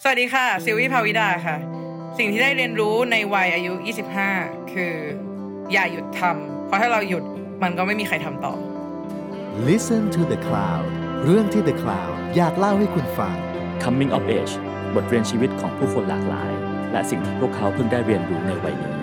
วัสดีค่ะซิลวี่ภาวิดาค่ะสิ่งที่ได้เรียนรู้ในวัยอายุ25คืออย่าหยุดทำเพราะถ้าเราหยุดมันก็ไม่มีใครทำต่อ Listen to the Cloud เรื่องที่ The Cloud อยากเล่าให้คุณฟัง Coming of Age บทเรียนชีวิตของผู้คนหลากหลายและสิ่งที่พวกเขาเพิ่งได้เรียนรู้ในวัยนี้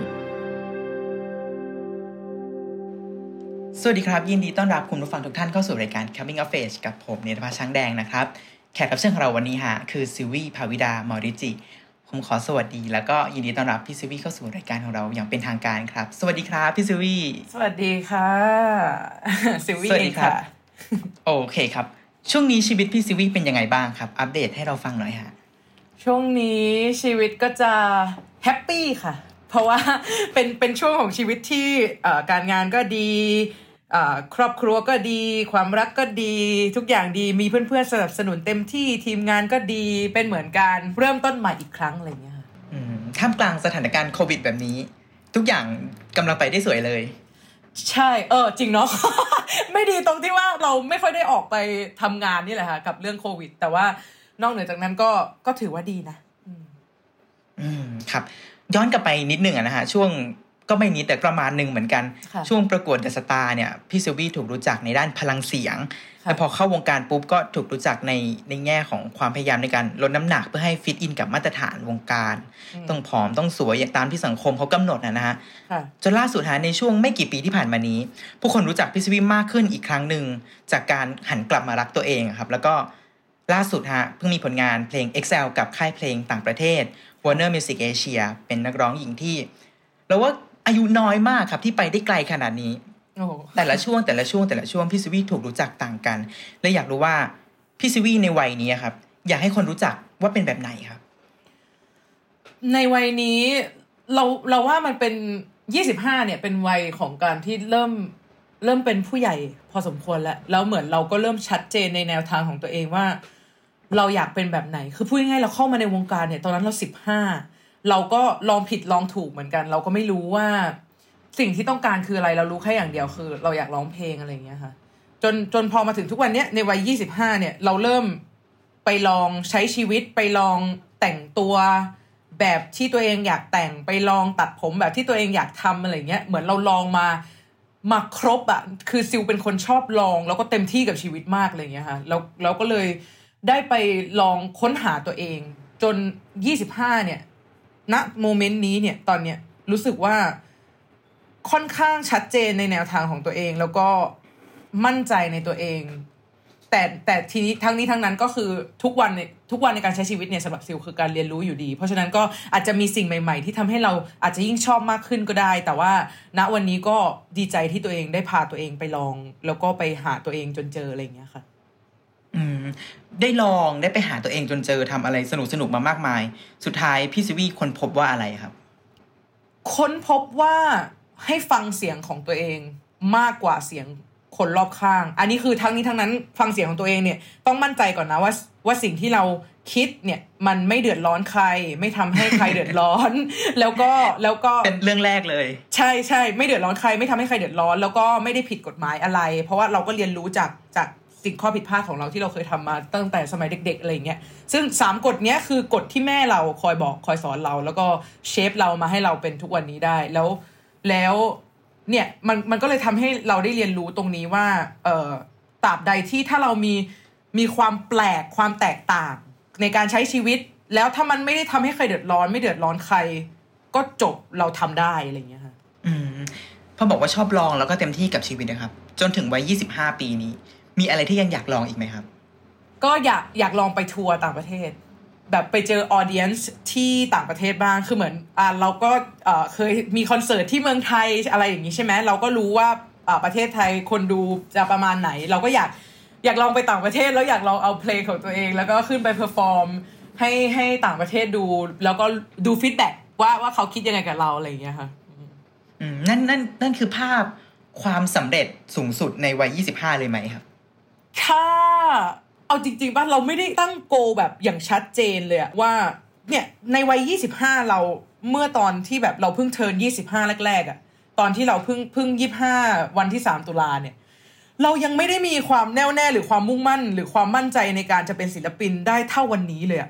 สวัสดีครับยินดีต้อนรับคุณผู้ฟังทุกท่านเข้าสู่รายการ Coming of Age กับผมเนธภาช้างแดงนะครับแขกรับเชิญของเราวันนี้ฮะคือซิลวี่ภาวิดามอริจิผมขอสวัสดีแล้วก็ยินดีต้อนรับพี่ซิลวี่เข้าสู่รายการของเราอย่างเป็นทางการครับสวัสดีครับพี่ซิลวี่สวัสดีค่ะซิลวี่สวัสดีครับโอเคครับช่วงนี้ชีวิตพี่ซิลวี่เป็นยังไงบ้างครับอัปเดตให้เราฟังหน่อยฮะช่วงนี้ชีวิตก็จะแฮปปี้ค่ะเพราะว่าเป็นช่วงของชีวิตที่การงานก็ดีครอบครัวก็ดีความรักก็ดีทุกอย่างดีมีเพื่อนๆสนับสนุนเต็มที่ทีมงานก็ดีเป็นเหมือนการเริ่มต้นใหม่อีกครั้งอะไรเงี้ยท่ามกลางสถานการณ์โควิดแบบนี้ทุกอย่างกำลังไปได้สวยเลยใช่จริงเนาะ ไม่ดีตรงที่ว่าเราไม่ค่อยได้ออกไปทำงานนี่แหละค่ะกับเรื่องโควิดแต่ว่านอกเหนือจากนั้นก็ถือว่าดีนะครับย้อนกลับไปนิดนึงนะฮะช่วงก็ไม่นิดแต่ประมาณนึงเหมือนกันช่วงประกวดเดอะสตาร์เนี่ยพี่ซิลวี่ถูกรู้จักในด้านพลังเสียงแต่พอเข้าวงการปุ๊บก็ถูกรู้จักในแง่ของความพยายามในการลดน้ำหนักเพื่อให้ฟิตอินกับมาตรฐานวงการต้องผอมต้องสวยอย่างตามที่สังคมเขากำหนดนะฮะจนล่าสุดในช่วงไม่กี่ปีที่ผ่านมานี้ผู้คนรู้จักพี่ซิลวี่มากขึ้นอีกครั้งนึงจากการหันกลับมารักตัวเองครับแล้วก็ล่าสุดเพิ่งมีผลงานเพลง Excel กับค่ายเพลงต่างประเทศ Warner Music Asia เป็นนักร้องหญิงที่เราว่าอายุน้อยมากครับที่ไปได้ไกลขนาดนี้แต่ละช่วงพี่ซิวี่ถูกรู้จักต่างกันเลยอยากรู้ว่าพี่ซิวี่ในวัยนี้ครับอยากให้คนรู้จักว่าเป็นแบบไหนครับในวัยนี้เราว่ามันเป็น25เนี่ยเป็นวัยของการที่เริ่มเป็นผู้ใหญ่พอสมควรแล้วเหมือนเราก็เริ่มชัดเจนในแนวทางของตัวเองว่าเราอยากเป็นแบบไหนคือพูดง่ายๆเราเข้ามาในวงการเนี่ยตอนนั้นเรา15เราก็ลองผิดลองถูกเหมือนกันเราก็ไม่รู้ว่าสิ่งที่ต้องการคืออะไรเรารู้แค่อย่างเดียวคือเราอยากร้องเพลงอะไรอย่างเงี้ยค่ะจนพอมาถึงทุกวันเนี้ยในวัย25เนี่ยเราเริ่มไปลองใช้ชีวิตไปลองแต่งตัวแบบที่ตัวเองอยากแต่งไปลองตัดผมแบบที่ตัวเองอยากทำอะไรเงี้ยเหมือนเราลองมาครบอ่ะคือซิลเป็นคนชอบลองแล้วก็เต็มที่กับชีวิตมากอะไรเงี้ยค่ะแล้วก็เลยได้ไปลองค้นหาตัวเองจน25เนี่ยณโมเมนต์นี้เนี่ยตอนเนี้ยรู้สึกว่าค่อนข้างชัดเจนในแนวทางของตัวเองแล้วก็มั่นใจในตัวเองแต่ทีนี้ทั้งนี้ทั้งนั้นก็คือทุกวันในการใช้ชีวิตเนี่ยสำหรับซิลคือการเรียนรู้อยู่ดีเพราะฉะนั้นก็อาจจะมีสิ่งใหม่ๆที่ทำให้เราอาจจะยิ่งชอบมากขึ้นก็ได้แต่ว่าณวันนี้ก็ดีใจที่ตัวเองได้พาตัวเองไปลองแล้วก็ไปหาตัวเองจนเจออะไรอย่างเงี้ยค่ะได้ลองได้ไปหาตัวเองจนเจอทำอะไรสนุกมามากมายสุดท้ายพี่ซิวี่ค้นพบว่าอะไรครับค้นพบว่าให้ฟังเสียงของตัวเองมากกว่าเสียงคนรอบข้างอันนี้คือทั้งนี้ทั้งนั้นฟังเสียงของตัวเองเนี่ยต้องมั่นใจก่อนนะว่าสิ่งที่เราคิดเนี่ยมันไม่เดือดร้อนใครไม่ทำให้ใครเดือดร้อน แล้วก็เป็นเรื่องแรกเลยใช่ไม่เดือดร้อนใครไม่ทำให้ใครเดือดร้อนแล้วก็ไม่ได้ผิดกฎหมายอะไรเพราะว่าเราก็เรียนรู้จากสิ่งข้อผิดพลาดของเราที่เราเคยทำมาตั้งแต่สมัยเด็กๆอะไรเงี้ยซึ่ง3กฎเนี้ยคือกฎที่แม่เราคอยบอกคอยสอนเราแล้วก็เชฟเรามาให้เราเป็นทุกวันนี้ได้แล้วเนี่ยมันก็เลยทำให้เราได้เรียนรู้ตรงนี้ว่าตราบใดที่ถ้าเรามีความแปลกความแตกต่างในการใช้ชีวิตแล้วถ้ามันไม่ได้ทำให้ใครเดือดร้อนไม่เดือดร้อนใครก็จบเราทำได้อะไรเงี้ยค่ะพอบอกว่าชอบลองแล้วก็เต็มที่กับชีวิตนะครับจนถึงวัย25ปีนี้มีอะไรที่ยังอยากลองอีกไหมครับก็อยากลองไปทัวร์ต่างประเทศแบบไปเจอออเดียนซ์ที่ต่างประเทศบ้างคือเหมือนเราก็เคยมีคอนเสิร์ตที่เมืองไทยอะไรอย่างนี้ใช่ไหมเราก็รู้ว่าประเทศไทยคนดูจะประมาณไหนเราก็อยากลองไปต่างประเทศแล้วอยากลองเอาเพลงของตัวเองแล้วก็ขึ้นไปเพอร์ฟอร์มให้ต่างประเทศดูแล้วก็ดูฟีดแบ็กว่าเขาคิดยังไงกับเราอะไรอย่างเงี้ยค่ะนั่นคือภาพความสำเร็จสูงสุดในวัย25เลยไหมครับค่ะเอาจริงๆป่ะเราไม่ได้ตั้งโกแบบอย่างชัดเจนเลยอะว่าเนี่ยในวัย25เราเมื่อตอนที่แบบเราเพิ่งเทิร์น25แรกๆอะตอนที่เราเพิ่ง25วันที่3ตุลาเนี่ยเรายังไม่ได้มีความแน่วแน่หรือความมุ่งมั่นหรือความมั่นใจในการจะเป็นศิลปินได้เท่าวันนี้เลยอะ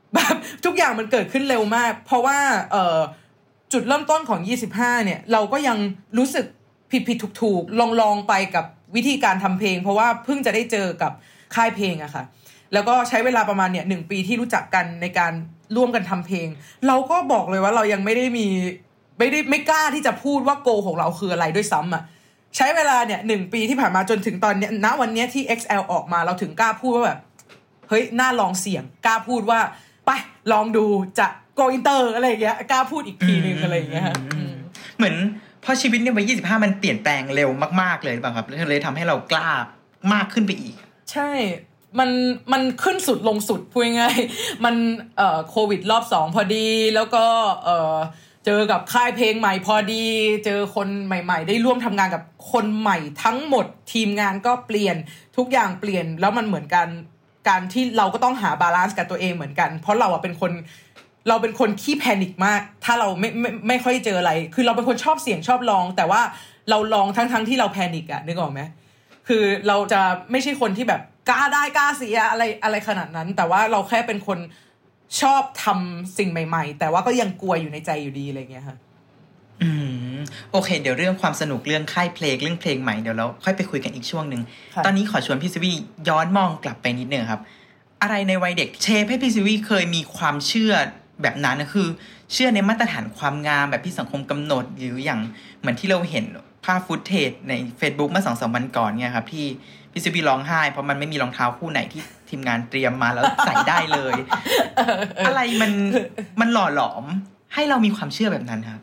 แบบทุกอย่างมันเกิดขึ้นเร็วมากเพราะว่าจุดเริ่มต้นของ25เนี่ยเราก็ยังรู้สึกผิดถูกลองไปกับวิธีการทำเพลงเพราะว่าเพิ่งจะได้เจอกับค่ายเพลงอะค่ะแล้วก็ใช้เวลาประมาณเนี่ย1 ปีที่รู้จักกันในการร่วมกันทำเพลงเราก็บอกเลยว่าเรายังไม่กล้าที่จะพูดว่าโกของเราคืออะไรด้วยซ้ำอะใช้เวลาเนี่ย1 ปีที่ผ่านมาจนถึงตอนเนี้ยณวันเนี้ยที่ XL ออกมาเราถึงกล้าพูดว่าแบบเฮ้ยน่าลองเสี่ยงกล้าพูดว่าไปลองดูจะโกอินเตอร์อะไรอย่างเงี้ยกล้าพูดอีกทีนึงอะไรอย่างเงี้ยค่ะเหมือนพอชีวิตในวัย25มันเปลี่ยนแปลงเร็วมากๆเลยหรือเปล่าครับเลยทำให้เรากล้ามากขึ้นไปอีกใช่มันขึ้นสุดลงสุดพูดง่ายๆมันโควิดรอบ2พอดีแล้วก็เจอกับค่ายเพลงใหม่พอดีเจอคนใหม่ๆได้ร่วมทำงานกับคนใหม่ทั้งหมดทีมงานก็เปลี่ยนทุกอย่างเปลี่ยนแล้วมันเหมือนการที่เราก็ต้องหาบาลานซ์กับตัวเองเหมือนกันเพราะเราเป็นคนขี้แพนิคมากถ้าเราไม่ค่อยเจออะไรคือเราเป็นคนชอบเสี่ยงชอบลองแต่ว่าเราลองทั้งที่เราแพนิคอะนึกออกไหมคือเราจะไม่ใช่คนที่แบบกล้าได้กล้าเสียอะไรขนาดนั้นแต่ว่าเราแค่เป็นคนชอบทำสิ่งใหม่ๆแต่ว่าก็ยังกลัวอยู่ในใจอยู่ดีอะไรเงี้ยค่ะโอเคเดี๋ยวเรื่องความสนุกเรื่องค่ายเพลงเรื่องเพลงใหม่เดี๋ยวเราค่อยไปคุยกันอีกช่วงนึงตอนนี้ขอชวนพี่ซิวี่ย้อนมองกลับไปนิดนึงครับอะไรในวัยเด็กเชฟให้พี่ซิวี่เคยมีความเชื่อแบบนั้นนะคือเชื่อในมาตรฐานความงามแบบที่สังคมกำหนดหรืออย่างเหมือนที่เราเห็นภาพฟุตเทจใน Facebook เมื่อ 2-3 วันก่อนเนี่ยครับที่พี่ซิวี่ร้องไห้เพราะมันไม่มีรองเท้าคู่ไหนที่ทีมงานเตรียมมาแล้วใส่ได้เลย อะไรมันหล่อหลอมให้เรามีความเชื่อแบบนั้นครับ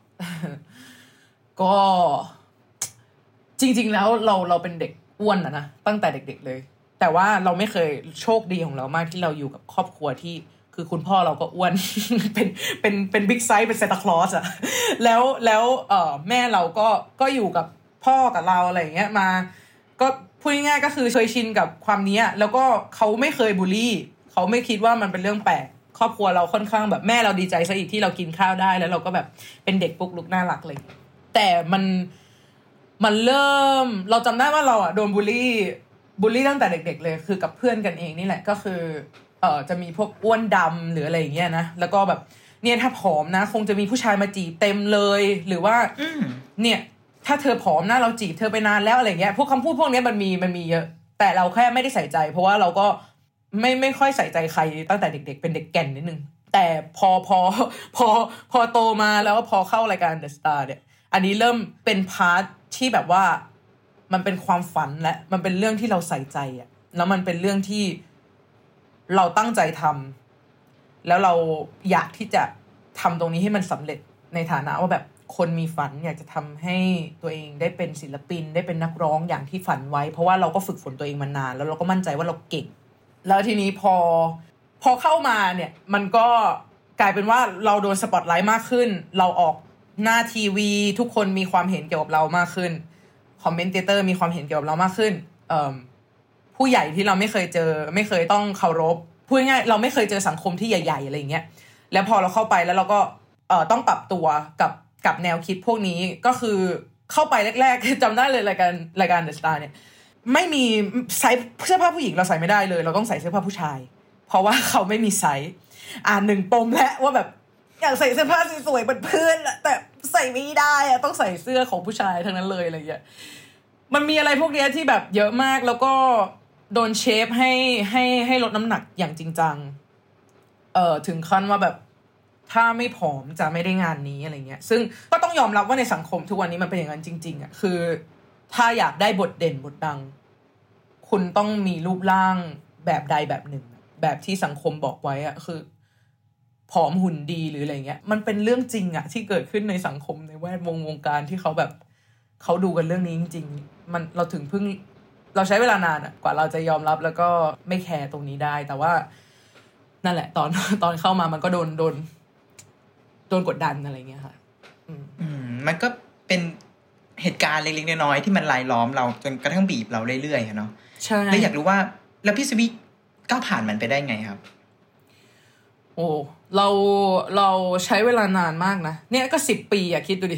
ก็จริงๆแล้วเราเป็นเด็กอ้วนนะตั้งแต่เด็กๆเลยแต่ว่าเราไม่เคยโชคดีของเรามากที่เราอยู่กับครอบครัวที่คือคุณพ่อเราก็อ้วน เป็นบิ๊กไซส์เป็นซานตาคลอสอะแล้วแม่เราก็อยู่กับพ่อกับเราอะไรอย่างเงี้ยมาก็พูดง่ายๆก็คือเคยชินกับความนี้แล้วก็เขาไม่เคยบูลลี่เขาไม่คิดว่ามันเป็นเรื่องแปลกครอบครัวเราค่อนข้างแบบแม่เราดีใจซะอีกที่เรากินข้าวได้แล้วเราก็แบบเป็นเด็กปุ๊กลุกน่ารักเลยแต่มันเริ่มเราจำได้ว่าเราโดนบูลลี่ตั้งแต่เด็กๆเลยคือกับเพื่อนกันเองนี่แหละก็คือจะมีพวกอ้วนดำหรืออะไรอย่างเงี้ยนะแล้วก็แบบเนี่ยถ้าผอมนะคงจะมีผู้ชายมาจีบเต็มเลยหรือว่าเนี่ยถ้าเธอผอมนะเราจีบเธอไปนานแล้วอะไรเงี้ยพวกคำพูดพวกนี้มันมีเยอะแต่เราแค่ไม่ได้ใส่ใจเพราะว่าเราก็ไม่ค่อยใส่ใจใครตั้งแต่เด็กๆเป็นเด็กแก่นนิดนึงแต่พอโตมาแล้วพอเข้ารายการ The Star เนี่ยอันนี้เริ่มเป็นพาร์ทที่แบบว่ามันเป็นความฝันและมันเป็นเรื่องที่เราใส่ใจอ่ะแล้วมันเป็นเรื่องที่เราตั้งใจทำแล้วเราอยากที่จะทำตรงนี้ให้มันสำเร็จในฐานะว่าแบบคนมีฝันอยากจะทำให้ตัวเองได้เป็นศิลปินได้เป็นนักร้องอย่างที่ฝันไว้เพราะว่าเราก็ฝึกฝนตัวเองมานานแล้วเราก็มั่นใจว่าเราเก่งแล้วทีนี้พอเข้ามาเนี่ยมันก็กลายเป็นว่าเราโดนสปอตไลท์มากขึ้นเราออกหน้าทีวีทุกคนมีความเห็นเกี่ยวกับเรามากขึ้นคอมเมนเตอร์มีความเห็นเกี่ยวกับเรามากขึ้นผู้ใหญ่ที่เราไม่เคยเจอไม่เคยต้องเคารพพูดง่ายเราไม่เคยเจอสังคมที่ใหญ่ๆอะไรอย่างเงี้ยแล้วพอเราเข้าไปแล้วเราก็ต้องปรับตัวกับแนวคิดพวกนี้ก็คือเข้าไปแรกๆจำได้เลยรายการ The Star เนี่ยไม่มีไซส์เสื้อผ้าผู้หญิงเราใส่ไม่ได้เลยเราต้องใส่เสื้อผ้าผู้ชายเพราะว่าเขาไม่มีไซส์1 ปมแล้วว่าแบบอยากใส่เสื้อผ้าสวยๆเหมือนเพื่อนแต่ใส่ไม่ได้ต้องใส่เสื้อของผู้ชายทั้งนั้นเลยอะไรอย่างเงี้ยมันมีอะไรพวกนี้ที่แบบเยอะมากแล้วก็โดนเชฟให้ลดน้ำหนักอย่างจริงจังถึงขั้นว่าแบบถ้าไม่ผอมจะไม่ได้งานนี้อะไรเงี้ยซึ่งก็ต้องยอมรับว่าในสังคมทุกวันนี้มันเป็นอย่างนั้นจริงๆคือถ้าอยากได้บทเด่นบทดังคุณต้องมีรูปร่างแบบใดแบบหนึ่งแบบที่สังคมบอกไว้คือผอมหุ่นดีหรืออะไรเงี้ยมันเป็นเรื่องจริงที่เกิดขึ้นในสังคมในแวดวงการที่เขาแบบเขาดูกันเรื่องนี้จริงๆมันเราถึงเพิ่งเราใช้เวลานานกว่าเราจะยอมรับแล้วก็ไม่แคร์ตรงนี้ได้แต่ว่านั่นแหละตอนเข้ามามันก็โดนกดดันอะไรเงี้ยค่ะมันก็เป็นเหตุการณ์เล็กๆน้อยๆที่มันรายล้อมเราจนกระทั่งบีบเราเรื่อยๆเนาะใช่แล้วอยากรู้ว่าแล้วพี่สวีก้าวผ่านมันไปได้ไงครับโอ้เราใช้เวลานานมากนะเนี่ยก็10 ปีคิดดูดิ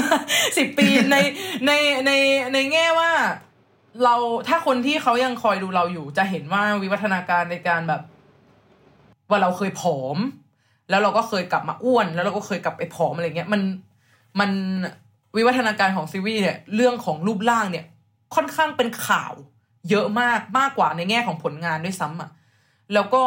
10 ปีในแง่ว่าเราถ้าคนที่เขายังคอยดูเราอยู่จะเห็นว่าวิวัฒนาการในการแบบว่าเราเคยผอมแล้วเราก็เคยกลับมาอ้วนแล้วเราก็เคยกลับไปผอมอะไรเงี้ยมันวิวัฒนาการของซีรีส์เนี่ยเรื่องของรูปร่างเนี่ยค่อนข้างเป็นข่าวเยอะมากกว่าในแง่ของผลงานด้วยซ้ำอ่ะแล้วก็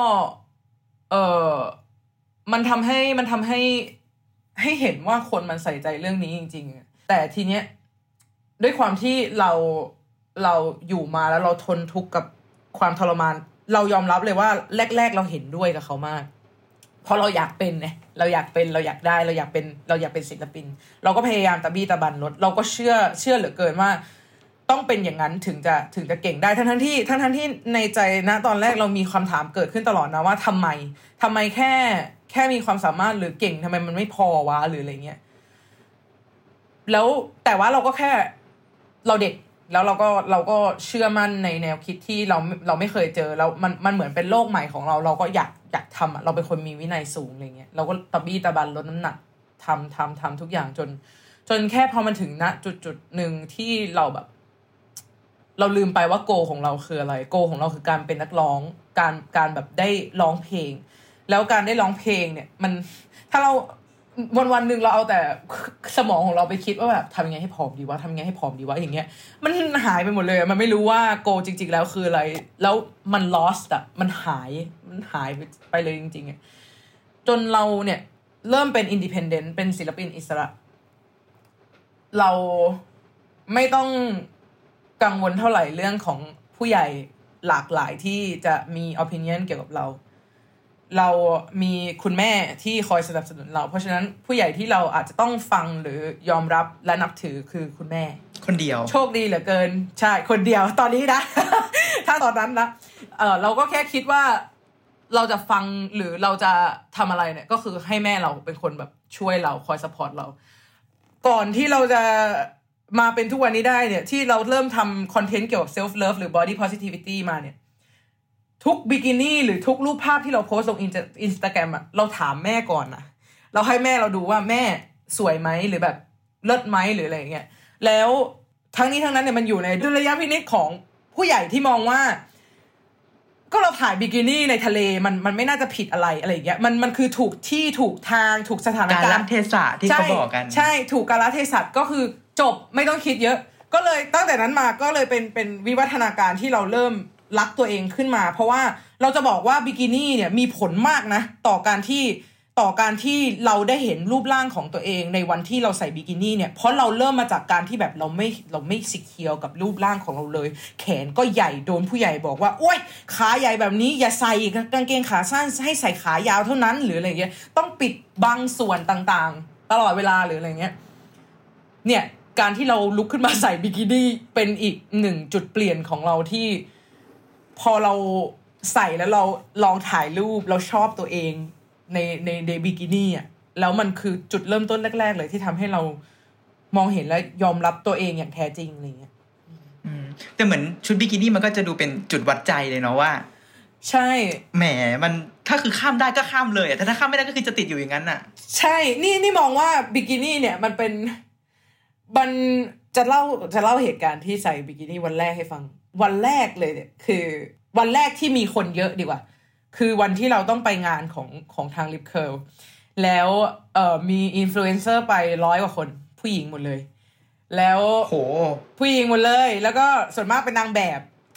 มันทำให้เห็นว่าคนมันใส่ใจเรื่องนี้จริงๆแต่ทีเนี้ยด้วยความที่เราอยู่มาแล้วเราทนทุกข์กับความทรมานเรายอมรับเลยว่าแรกๆเราเห็นด้วยกับเขามากเพราะเราอยากเป็นไงเราอยากเป็นเราอยากได้เราอยากเป็นศิลปินเราก็พยายามตะบี้ตะบันลดเราก็เชื่อเหลือเกินว่าต้องเป็นอย่างนั้นถึงจะเก่งได้ทั้งที่ในใจนะตอนแรกเรามีคำถามเกิดขึ้นตลอดนะว่าทำไมแค่มีความสามารถหรือเก่งทำไมมันไม่พอวะหรืออะไรเงี้ยแล้วแต่ว่าเราก็แค่เราเด็กแล้วเราก็เชื่อมั่นในแนวคิดที่เราไม่เคยเจอแล้วมันเหมือนเป็นโลกใหม่ของเราก็อยากทำเราเป็นคนมีวินัยสูงอะไรเงี้ยเราก็ตะบี้ตะบันลดน้ำหนักทำทุกอย่างจนแค่พอมันถึงณจุดหนึ่งที่เราแบบเราลืมไปว่าโกของเราคืออะไรโกของเราคือการเป็นนักร้องการแบบได้ร้องเพลงแล้วการได้ร้องเพลงเนี่ยมันถ้าเราวันๆนึงเราเอาแต่สมองของเราไปคิดว่าแบบทำยังไงให้ผอมดีวะอย่างเงี้ยมันหายไปหมดเลยมันไม่รู้ว่าโกจริงๆแล้วคืออะไรแล้วมัน lost อ่ะมันหายไปเลยจริงๆจนเราเนี่ยเริ่มเป็น independent เป็นศิลปินอิสระเราไม่ต้องกังวลเท่าไหร่เรื่องของผู้ใหญ่หลากหลายที่จะมี opinion เกี่ยวกับเรามีคุณแม่ที่คอยสนับสนุนเราเพราะฉะนั้นผู้ใหญ่ที่เราอาจจะต้องฟังหรือยอมรับและนับถือคือคุณแม่คนเดียวโชคดีเหลือเกินใช่คนเดียวตอนนี้นะ ถ้าตอนนั้นนะเราก็แค่คิดว่าเราจะฟังหรือเราจะทำอะไรเนี่ยก็คือให้แม่เราเป็นคนแบบช่วยเราคอยซัพพอร์ตเราก่อนที่เราจะมาเป็นทุกวันนี้ได้เนี่ยที่เราเริ่มทำคอนเทนต์เกี่ยวกับ self love หรือ body positivity มาเนี่ยทุกบิกินี่หรือทุกรูปภาพที่เราโพสต์ลงInstagram อ่ะเราถามแม่ก่อนนะเราให้แม่เราดูว่าแม่สวยไหมหรือแบบเลิศไหมหรืออะไรอย่างเงี้ยแล้วทั้งนี้ทั้งนั้นเนี่ยมันอยู่ในดุลยพินิจของผู้ใหญ่ที่มองว่าก็เราถ่ายบิกินี่ในทะเลมันไม่น่าจะผิดอะไรอย่างเงี้ยมันคือถูกที่ถูกทางถูกสถานการณ์กาลเทศะที่เขาบอกกันใช่ถูกกาลเทศะก็คือจบไม่ต้องคิดเยอะก็เลยตั้งแต่นั้นมาก็เลยเป็นวิวัฒนาการที่เราเริ่มรักตัวเองขึ้นมาเพราะว่าเราจะบอกว่าบิกินี่เนี่ยมีผลมากนะต่อการที่เราได้เห็นรูปร่างของตัวเองในวันที่เราใส่บิกินี่เนี่ยเพราะเราเริ่มมาจากการที่แบบเราไม่ซิกเคียวกับรูปร่างของเราเลยแขนก็ใหญ่โดนผู้ใหญ่บอกว่าโอ๊ยขาใหญ่แบบนี้อย่าใส่กางเกงขาสั้นให้ใส่ขายาวเท่านั้นหรืออะไรเงี้ยต้องปิดบางส่วนต่างๆตลอดเวลาหรืออะไรเงี้ยเนี่ยการที่เราลุกขึ้นมาใส่บิกินี่เป็นอีกหนึ่งจุดเปลี่ยนของเราที่พอเราใส่แล้วเราลองถ่ายรูปเราชอบตัวเองในบิกินี่อ่ะแล้วมันคือจุดเริ่มต้นแรกๆเลยที่ทำให้เรามองเห็นและยอมรับตัวเองอย่างแท้จริงอะไรเงี้ยแต่เหมือนชุดบิกินี่มันก็จะดูเป็นจุดวัดใจเลยเนาะว่าใช่แหมมันถ้าคือข้ามได้ก็ข้ามเลยแต่ถ้าข้ามไม่ได้ก็คือจะติดอยู่อย่างนั้นน่ะใช่นี่มองว่าบิกินี่เนี่ยมันจะเล่าเหตุการณ์ที่ใส่บิกินี่วันแรกให้ฟังวันแรกเลยเนี่ยคือวันแรกที่มีคนเยอะดีกว่าคือวันที่เราต้องไปงานของทาง Lip Curl แล้วมีอินฟลูเอนเซอร์ไป100 กว่าคนผู้หญิงหมดเลยแล้วโหผู้หญิงหมดเลยแล้วก็ส่วนมากเป็นนางแบบ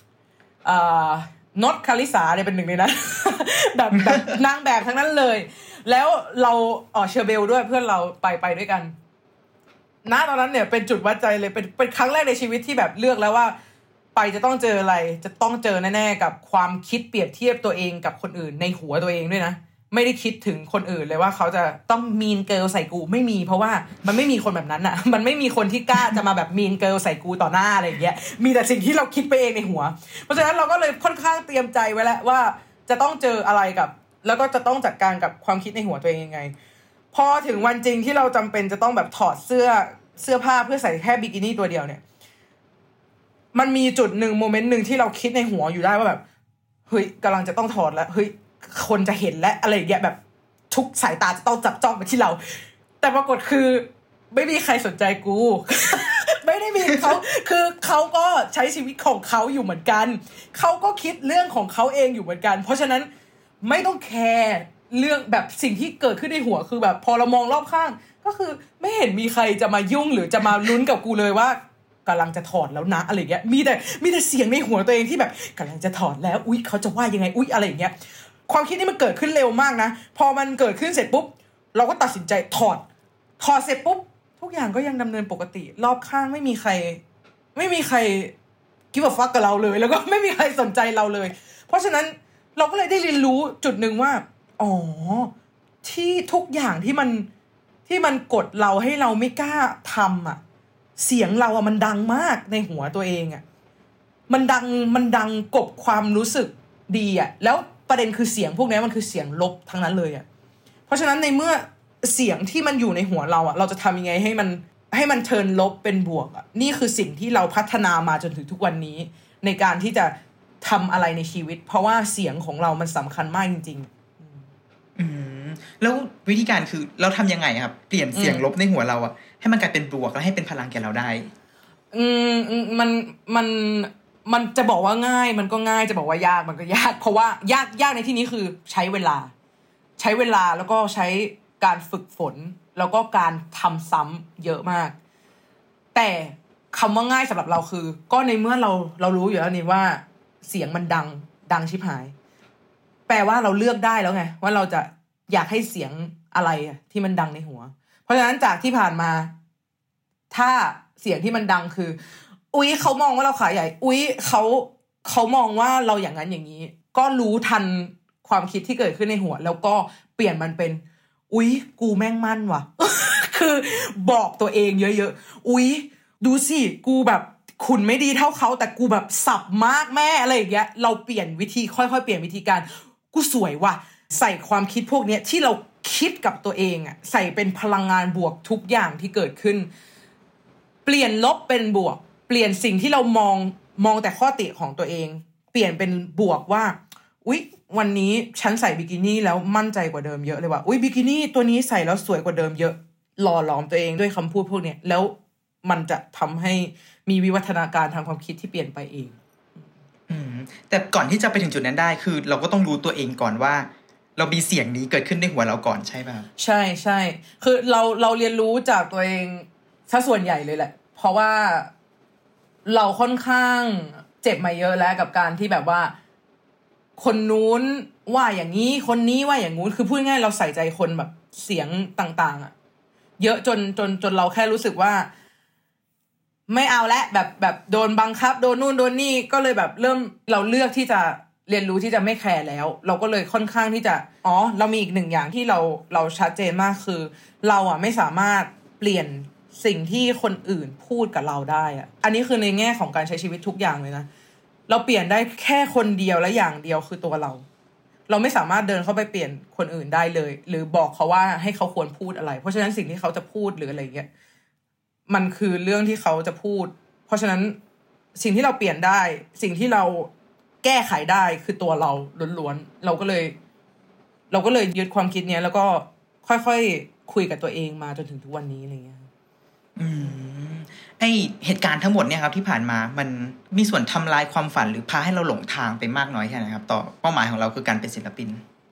นดคาริสาเนี่ยเป็นหนึ่งในนั้น แบบนางแบบทั้งนั้นเลยแล้วเราเชอร์เบลด้วยเพื่อนเราไปด้วยกันณตอนนั้นเนี่ยเป็นจุดวัดใจเลยเป็นครั้งแรกในชีวิตที่แบบเลือกแล้วว่าไปจะต้องเจออะไรจะต้องเจอแน่ๆกับความคิดเปรียบเทียบตัวเองกับคนอื่นในหัวตัวเองด้วยนะไม่ได้คิดถึงคนอื่นเลยว่าเขาจะต้องมีนเกิร์ลใส่กูไม่มีเพราะว่ามันไม่มีคนแบบนั้นอ่ะมันไม่มีคนที่กล้าจะมาแบบมีนเกิร์ลใส่กูต่อหน้าอะไรอย่างเงี้ยมีแต่สิ่งที่เราคิดไปเองในหัวเพราะฉะนั้นเราก็เลยค่อนข้างเตรียมใจไว้แล้วว่าจะต้องเจออะไรกับแล้วก็จะต้องจัดการกับความคิดในหัวตัวเองยังไงพอถึงวันจริงที่เราจำเป็นจะต้องแบบถอดเสื้อผ้าเพื่อใส่แค่บิกินี่ตัวเดียวเนี่ยมันมีจุดหนึ่งโมเมนต์หนึ่งที่เราคิดในหัวอยู่ได้ว่าแบบเฮ้ยกำลังจะต้องถอดแล้วเฮ้ยคนจะเห็นและอะไรอย่างเงี้ยแบบทุกสายตาจะต้องจับจ้องไปที่เราแต่ปรากฏคือไม่มีใครสนใจกู ไม่ได้มีเขาคือเขาก็ใช้ชีวิตของเขาอยู่เหมือนกันเขาก็คิดเรื่องของเขาเองอยู่เหมือนกันเพราะฉะนั้นไม่ต้องแคร์เรื่องแบบสิ่งที่เกิดขึ้นในหัวคือแบบพอเรามองรอบข้างก็คือไม่เห็นมีใครจะมายุ่งหรือจะมาลุ้นกับกูเลยว่ากำลังจะถอดแล้วนะอะไรเงี้ยมีแต่เสียงในหัวตัวเองที่แบบกำลังจะถอดแล้วอุ๊ยเขาจะว่ายังไงอุ๊ยอะไรอย่างเงี้ยความคิดนี้มันเกิดขึ้นเร็วมากนะพอมันเกิดขึ้นเสร็จปุ๊บเราก็ตัดสินใจถอดเสร็จปุ๊บทุกอย่างก็ยังดำเนินปกติรอบข้างไม่มีใครคิดว่าฟักกับเราเลยแล้วก็ไม่มีใครสนใจเราเลยเพราะฉะนั้นเราก็เลยได้เรียนรู้จุดนึงว่าอ๋อที่ทุกอย่างที่มันกดเราให้เราไม่กล้าทำอ่ะเสียงเราอ่ะมันดังมากในหัวตัวเองอ่ะมันดังกบความรู้สึกดีอ่ะแล้วประเด็นคือเสียงพวกนี้มันคือเสียงลบทั้งนั้นเลยอ่ะเพราะฉะนั้นในเมื่อเสียงที่มันอยู่ในหัวเราอ่ะเราจะทำยังไงให้มันเทิร์นลบเป็นบวกอ่ะนี่คือสิ่งที่เราพัฒนามาจนถึงทุกวันนี้ในการที่จะทำอะไรในชีวิตเพราะว่าเสียงของเรามันสำคัญมากจริงๆแล้ววิธีการคือเราทำยังไงครับเปลี่ยนเสียงลบในหัวเราอ่ะให้มันกลายเป็นบวกแล้วให้เป็นพลังแก่เราได้มันจะบอกว่าง่ายมันก็ง่ายจะบอกว่ายากมันก็ยากเพราะว่ายากในที่นี้คือใช้เวลาแล้วก็ใช้การฝึกฝนแล้วก็การทำซ้ำเยอะมากแต่คำว่าง่ายสำหรับเราคือก็ในเมื่อเรารู้อยู่แล้วนี่ว่าเสียงมันดังชิบหายแปลว่าเราเลือกได้แล้วไงว่าเราจะอยากให้เสียงอะไรที่มันดังในหัวเพราะฉะนั้นจากที่ผ่านมาถ้าเสียงที่มันดังคืออุ๊ยเขามองว่าเราขาใหญ่อุ๊ยเขามองว่าเราอย่างนั้นอย่างนี้ก็รู้ทันความคิดที่เกิดขึ้นในหัวแล้วก็เปลี่ยนมันเป็นอุ๊ยกูแม่งมั่นว่ะ คือบอกตัวเองเยอะๆอุ๊ยดูสิกูแบบขุนไม่ดีเท่าเขาแต่กูแบบสับมากแม่อะไรอย่างเงี้ยเราเปลี่ยนวิธีค่อยๆเปลี่ยนวิธีการกูสวยว่ะใส่ความคิดพวกเนี้ยที่เราคิดกับตัวเองอ่ะใส่เป็นพลังงานบวกทุกอย่างที่เกิดขึ้นเปลี่ยนลบเป็นบวกเปลี่ยนสิ่งที่เรามองแต่ข้อติของตัวเองเปลี่ยนเป็นบวกว่าอุ๊ยวันนี้ฉันใส่บิกินี่แล้วมั่นใจกว่าเดิมเยอะเลยว่ะอุ๊ยบิกินี่ตัวนี้ใส่แล้วสวยกว่าเดิมเยอะหล่อหลอมตัวเองด้วยคำพูดพวกเนี้ยแล้วมันจะทำให้มีวิวัฒนาการทางความคิดที่เปลี่ยนไปเองแต่ก่อนที่จะไปถึงจุดนั้นได้คือเราก็ต้องรู้ตัวเองก่อนว่าเรามีเสียงนี้เกิดขึ้นในหัวเราก่อนใช่ป่ะใช่ใช่คือเราเรียนรู้จากตัวเองซะส่วนใหญ่เลยแหละเพราะว่าเราค่อนข้างเจ็บมาเยอะแล้วกับการที่แบบว่าคนนู้นว่าอย่างนี้คนนี้ว่าอย่างงู้นคือพูดง่ายเราใส่ใจคนแบบเสียงต่างๆอ่ะเยอะจนเราแค่รู้สึกว่าไม่เอาแล้วแบบโดนบังคับโดนนู่นโดนนี่ก็เลยแบบเราเลือกที่จะเรียนรู้ที่จะไม่แคร์แล้วเราก็เลยค่อนข้างที่จะเรามีอีกหนึ่งอย่างที่เราชัดเจนมากคือเราอ่ะไม่สามารถเปลี่ยนสิ่งที่คนอื่นพูดกับเราได้อ่ะอันนี้คือในแง่ของการใช้ชีวิตทุกอย่างเลยนะเราเปลี่ยนได้แค่คนเดียวและอย่างเดียวคือตัวเราไม่สามารถเดินเข้าไปเปลี่ยนคนอื่นได้เลยหรือบอกเขาว่าให้เขาควรพูดอะไรเพราะฉะนั้นสิ่งที่เขาจะพูดหรืออะไรเงี้ยมันคือเรื่องที่เขาจะพูดเพราะฉะนั้นสิ่งที่เราเปลี่ยนได้สิ่งที่เราแก้ไขได้คือตัวเราล้วนๆเราก็เลยยึดความคิดเนี้ยแล้วก็ค่อยๆคุยกับตัวเองมาจนถึงทุกวันนี้อะไรเงี้ยไอเหตุการณ์ทั้งหมดเนี่ยครับที่ผ่านมามันมีส่วนทำลายความฝันหรือพาให้เราหลงทางไปมากน้อยแค่ไหนครับต่อเป้าหมายของเราคือการเป็นศิลปิน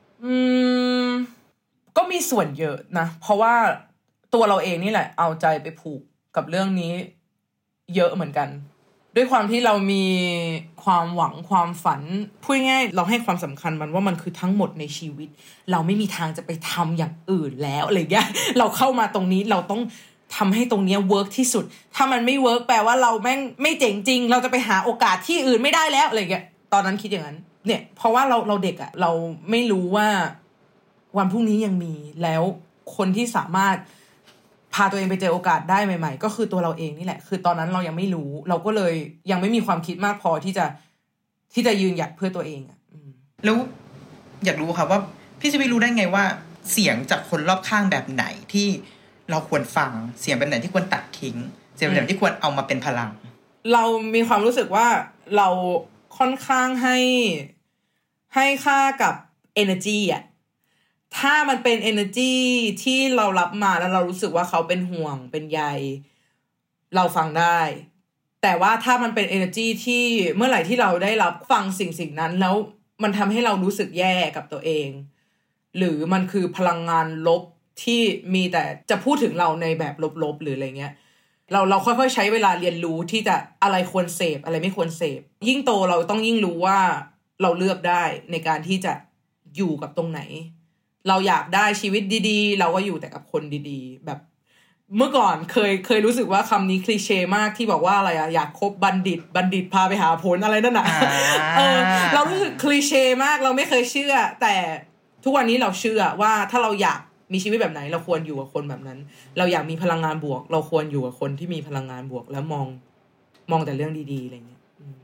ก็มีส่วนเยอะนะเพราะว่าตัวเราเองนี่แหละเอาใจไปผูกกับเรื่องนี้เยอะเหมือนกันด้วยความที่เรามีความหวังความฝันพูดง่ายเราให้ความสำคัญมันว่ามันคือทั้งหมดในชีวิตเราไม่มีทางจะไปทำอย่างอื่นแล้วอะไรเงี้ยเราเข้ามาตรงนี้เราต้องทำให้ตรงนี้เวิร์กที่สุดถ้ามันไม่เวิร์กแปลว่าเราแม่งไม่เจ๋งจริงเราจะไปหาโอกาสที่อื่นไม่ได้แล้วอะไรเงี้ยตอนนั้นคิดอย่างนั้นเนี่ยเพราะว่าเราเด็กอ่ะเราไม่รู้ว่าวันพรุ่งนี้ยังมีแล้วคนที่สามารถพาตัวเองไปเจอโอกาสได้ใหม่ๆก็คือตัวเราเองนี่แหละคือตอนนั้นเรายังไม่รู้เราก็เลยยังไม่มีความคิดมากพอที่จะยืนหยัดเพื่อตัวเองอ่ะแล้วอยากรู้ครับว่าพี่จะไม่รู้ได้ไงว่าเสียงจากคนรอบข้างแบบไหนที่เราควรฟังเสียงแบบไหนที่ควรตัดทิ้งเสียงแบบไหนที่ควรเอามาเป็นพลังเรามีความรู้สึกว่าเราค่อนข้างให้ค่ากับ energy อ่ะถ้ามันเป็น energy ที่เรารับมาแล้วเรารู้สึกว่าเขาเป็นห่วงเป็นใยเราฟังได้แต่ว่าถ้ามันเป็น energy ที่เมื่อไหร่ที่เราได้รับฟังสิ่งนั้นแล้วมันทำให้เรารู้สึกแย่กับตัวเองหรือมันคือพลังงานลบที่มีแต่จะพูดถึงเราในแบบลบๆหรืออะไรเงี้ยเราค่อยๆใช้เวลาเรียนรู้ที่จะอะไรควรเสพอะไรไม่ควรเสพยิ่งโตเราต้องยิ่งรู้ว่าเราเลือกได้ในการที่จะอยู่กับตรงไหนเราอยากได้ชีวิตดีๆเราก็อยู่แต่กับคนดีๆแบบเมื่อก่อนเคยรู้สึกว่าคำนี้คลีเช่มากที่บอกว่าอะไรอะอยากคบบัณฑิตพาไปหาผลอะไรนั่นน่ะเรารู้สึกคลีเช่มากเราไม่เคยเชื่อแต่ทุกวันนี้เราเชื่อว่าถ้าเราอยากมีชีวิตแบบไหนเราควรอยู่กับคนแบบนั้นเราอยากมีพลังงานบวกเราควรอยู่กับคนที่มีพลังงานบวกแล้วมองแต่เรื่องดีๆอะไรเงี้ย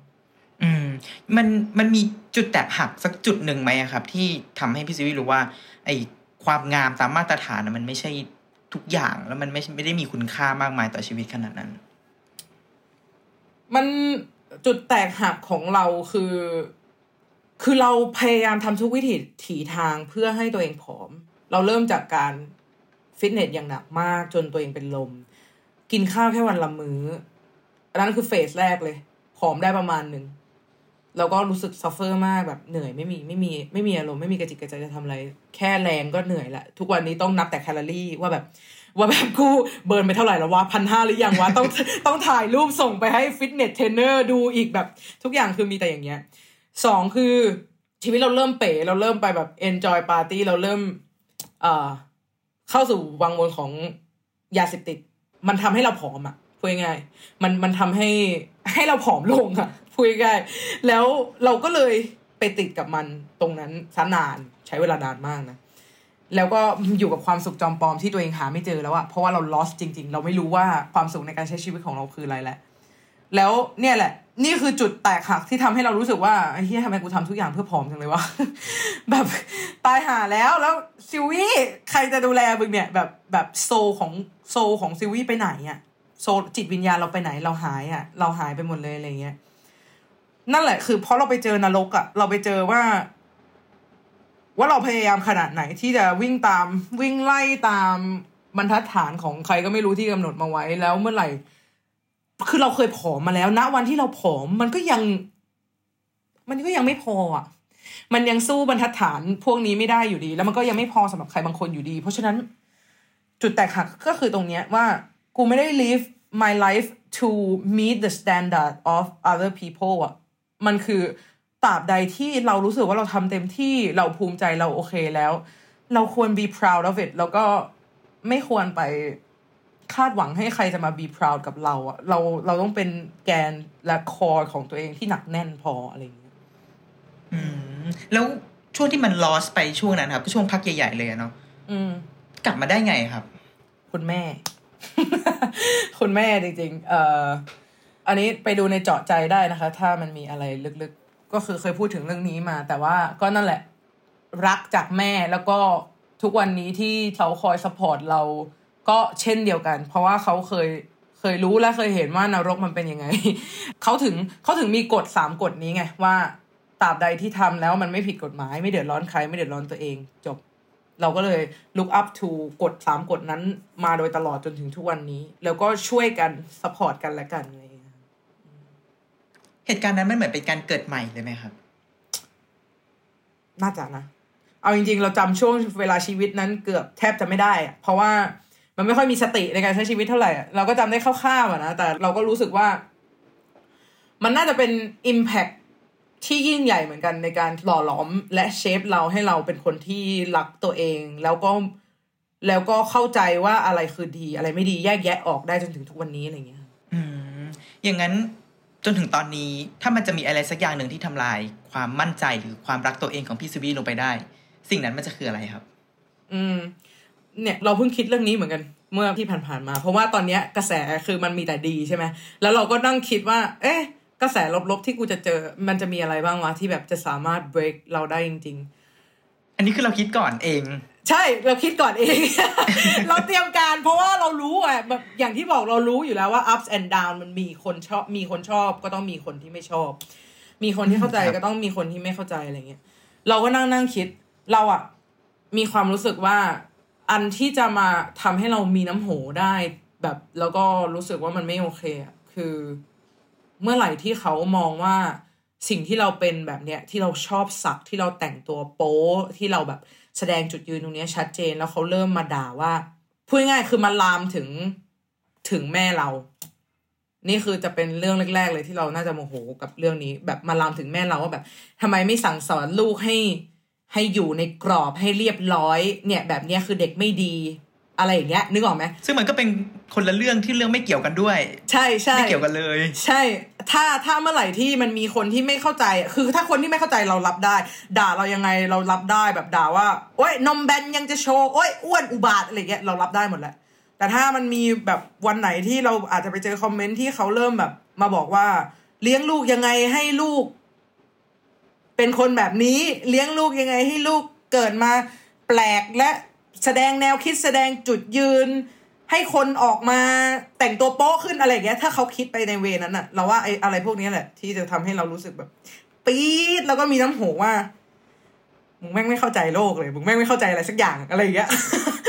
มันมีจุดแตกหักสักจุดหนึ่งไหมครับที่ทำให้พี่ซิวี่รู้ว่าไอ้ความงามตามมาตรฐานมันไม่ใช่ทุกอย่างแล้วมันไม่ได้มีคุณค่ามากมายต่อชีวิตขนาดนั้นมันจุดแตกหักของเราคือเราพยายามทำทุกวิถีทางเพื่อให้ตัวเองผอมเราเริ่มจากการฟิตเนสอย่างหนักมากจนตัวเองเป็นลมกินข้าวแค่วันละมื้ออันนั้นคือเฟสแรกเลยผอมได้ประมาณนึงแล้วก็รู้สึกซัฟเฟอร์มากแบบเหนื่อยไม่มีอารมณ์ไม่มีกระจิกกระใจจะทำอะไรแค่แรงก็เหนื่อยละทุกวันนี้ต้องนับแต่แคลอรี่ว่าแบบกูเบิร์นไปเท่าไหร่แล้ววะ 1,500 หรือยังวะต้องถ่ายรูปส่งไปให้ฟิตเนสเทรนเนอร์ดูอีกแบบทุกอย่างคือมีแต่อย่างเงี้ย2คือชีวิตเราเริ่มเป๋เราเริ่มไปแบบ enjoy party เราเริ่มเข้าสู่วังวนของยาเสพติดมันทำให้เราผอมอ่ะพูดง่ายๆมันทำให้เราผอมลงอ่ะพูดง่ายๆแล้วเราก็เลยไปติดกับมันตรงนั้นซะนานใช้เวลานานมากนะแล้วก็อยู่กับความสุขจอมปลอมที่ตัวเองหาไม่เจอแล้วอะเพราะว่าเรา lost จริงๆเราไม่รู้ว่าความสุขในการใช้ชีวิตของเราคืออะไรแล้วเนี่ยแหละนี่คือจุดแตกหักที่ทำให้เรารู้สึกว่าไอ้เหี้ยทำไมกูทำทุกอย่างเพื่อผอมจังเลยวะ แบบตายหาแล้วซิวี่ใครจะดูแลมึงเนี่ยแบบโซของซิวี่ไปไหนอะโซจิตวิญญาณเราไปไหนเราหายอะเราหายไปหมดเลยอะไรเงี้ยนั่นแหละคือเพราะเราไปเจอนรกอะเราไปเจอว่าเราพยายามขนาดไหนที่จะวิ่งไล่ตามบรรทัดฐานของใครก็ไม่รู้ที่กำหนดมาไว้แล้วเมื่อไหร่คือเราเคยผอมมาแล้วณวันที่เราผอมมันก็ยังไม่พออ่ะมันยังสู้บรรทัดฐานพวกนี้ไม่ได้อยู่ดีแล้วมันก็ยังไม่พอสำหรับใครบางคนอยู่ดีเพราะฉะนั้นจุดแตกหักก็คือตรงเนี้ยว่ากูไม่ได้ live my life to meet the standard of other people อ่ะมันคือตราบใดที่เรารู้สึกว่าเราทำเต็มที่เราภูมิใจเราโอเคแล้วเราควร be proud of it แล้วก็ไม่ควรไปคาดหวังให้ใครจะมา be proud กับเราอะเราต้องเป็นแกนและคอของตัวเองที่หนักแน่นพออะไรอย่างเงี้ยแล้วช่วงที่มัน lost ไปช่วงนั้นครับก็ช่วงพักใหญ่ๆเลยเนาะกลับมาได้ไงครับคุณแม่ คุณแม่จริงๆอันนี้ไปดูในเจาะใจได้นะคะถ้ามันมีอะไรลึกๆก็คือเคยพูดถึงเรื่องนี้มาแต่ว่าก็นั่นแหละรักจากแม่แล้วก็ทุกวันนี้ที่เขาคอยซัพพอร์ตเราก็เช่นเดียวกันเพราะว่าเขาเคยรู้และเคยเห็นว่านรกมันเป็นยังไง เขาถึงมีกฎ3กฎนี้ไงว่าตราบใดที่ทำแล้วมันไม่ผิดกฎหมายไม่เดือดร้อนใครไม่เดือดร้อนตัวเองจบเราก็เลย look up to กฎ3กฎนั้นมาโดยตลอดจนถึงทุกวันนี้แล้วก็ช่วยกันซัพพอร์ตกันและกันอะไรอย่างเงี้ยเหตุการณ์นั้นมันเหมือนเป็นการเกิดใหม่เลยไหมครับน่าจะนะเอาจริงๆเราจำช่วงเวลาชีวิตนั้นเกือบแทบจะไม่ได้อะเพราะว่ามันไม่ค่อยมีสติในการใช้ชีวิตเท่าไหร่เราก็จำได้คร่าวๆนะแต่เราก็รู้สึกว่ามันน่าจะเป็น impact ที่ยิ่งใหญ่เหมือนกันในการหล่อหลอมและเชฟเราให้เราเป็นคนที่รักตัวเองแล้วก็เข้าใจว่าอะไรคือดีอะไรไม่ดีแยกแยะออกได้จนถึงทุกวันนี้อะไรเงี้ยอย่างนั้นจนถึงตอนนี้ถ้ามันจะมีอะไรสักอย่างหนึ่งที่ทำลายความมั่นใจหรือความรักตัวเองของพี่ซิวี่ลงไปได้สิ่งนั้นมันจะคืออะไรครับเนี่ยเราเพิ่งคิดเรื่องนี้เหมือนกันเมื่อที่ผ่านๆมาเพราะว่าตอนนี้กระแสคือมันมีแต่ดีใช่ไหมแล้วเราก็นั่งคิดว่ากระแสลบๆที่กูจะเจอมันจะมีอะไรบ้างวะที่แบบจะสามารถ break เราได้จริงๆอันนี้คือเราคิดก่อนเองใช่เราคิดก่อนเอง เราเตรียมการเพราะว่าเรารู้แบบอย่างที่บอกเรารู้อยู่แล้วว่า ups and down มันมีคนชอบก็ต้องมีคนที่ไม่ชอบมีคนที่เข้าใจก็ต้องมีคนที่ไม่เข้าใจอะไรเงี้ยเราก็นั่งคิดเรามีความรู้สึกว่าอันที่จะมาทำให้เรามีน้ำโหได้แบบแล้วก็รู้สึกว่ามันไม่โอเคคือเมื่อไหร่ที่เขามองว่าสิ่งที่เราเป็นแบบเนี้ยที่เราชอบสักที่เราแต่งตัวโป๊ที่เราแบบแสดงจุดยืนตรงนี้ชัดเจนแล้วเขาเริ่มมาด่าว่าพูดง่ายๆคือมาลามถึงแม่เรานี่คือจะเป็นเรื่องแรกๆเลยที่เราน่าจะโมโหกับเรื่องนี้แบบมาลามถึงแม่เราว่าแบบทำไมไม่สั่งสอนลูกให้อยู่ในกรอบให้เรียบร้อยเนี่ยแบบเนี้ยคือเด็กไม่ดีอะไรอย่างเงี้ยนึกออกไหมซึ่งมันก็เป็นคนละเรื่องที่เรื่องไม่เกี่ยวกันด้วยใช่ใช่ไม่เกี่ยวกันเลยใช่ถ้าเมื่อไหร่ที่มันมีคนที่ไม่เข้าใจคือถ้าคนที่ไม่เข้าใจเรารับได้ด่าเรายังไงเรารับได้แบบด่าว่าโอ๊ยนมแบนยังจะโชว์โอ๊ยอ้วนอุบาทอะไรเงี้ยเรารับได้หมดแหละแต่ถ้ามันมีแบบวันไหนที่เราอาจจะไปเจอคอมเมนต์ที่เขาเริ่มแบบมาบอกว่าเลี้ยงลูกยังไงให้ลูกเป็นคนแบบนี้เลี้ยงลูกยังไงให้ลูกเกิดมาแปลกและแสดงแนวคิดแสดงจุดยืนให้คนออกมาแต่งตัวโป๊ะขึ้นอะไรอย่างเงี้ยถ้าเขาคิดไปในเวนั้นน่ะเราว่าไอ้อะไรพวกนี้แหละที่จะทำให้เรารู้สึกแบบปี๊ดแล้วก็มีน้ำโหว่ามึงแม่งไม่เข้าใจโลกเลยมึงแม่งไม่เข้าใจอะไรสักอย่างอะไรอย่างเงี้ย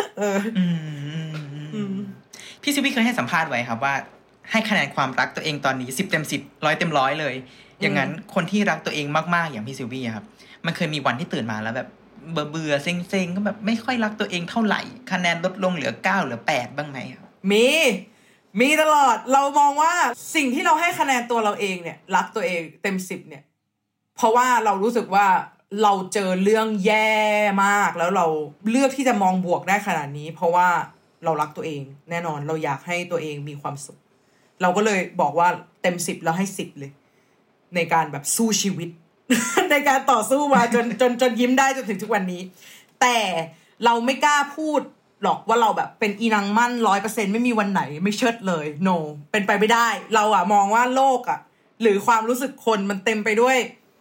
พี่ซิวี่เคยให้สัมภาษณ์ไว้ครับว่าให้คะแนนความรักตัวเองตอนนี้10 เต็ม 10 100 เต็ม 100เลยอย่างนั้นคนที่รักตัวเองมากๆอย่างพี่ซิวี่ครับมันเคยมีวันที่ตื่นมาแล้วแบบเบื่อเซ็งๆก็แบบไม่ค่อยรักตัวเองเท่าไหร่คะแนนลดลงเหลือ9เหลือ8บ้างไหมครับมีตลอดเรามองว่าสิ่งที่เราให้คะแนนตัวเราเองเนี่ยรักตัวเองเต็ม10เนี่ยเพราะว่าเรารู้สึกว่าเราเจอเรื่องแย่มากแล้วเราเลือกที่จะมองบวกได้ขนาดนี้เพราะว่าเรารักตัวเองแน่นอนเราอยากให้ตัวเองมีความสุขเราก็เลยบอกว่าเต็ม10เราให้10เลยในการแบบสู้ชีวิต ในการต่อสู้มาจนยิ้มได้จนถึงทุกวันนี้แต่เราไม่กล้าพูดหรอกว่าเราแบบเป็นอีนางมั่น 100% ไม่มีวันไหนไม่เชิดเลย no เป็นไปไม่ได้เราอะมองว่าโลกอะหรือความรู้สึกคนมันเต็มไปด้วย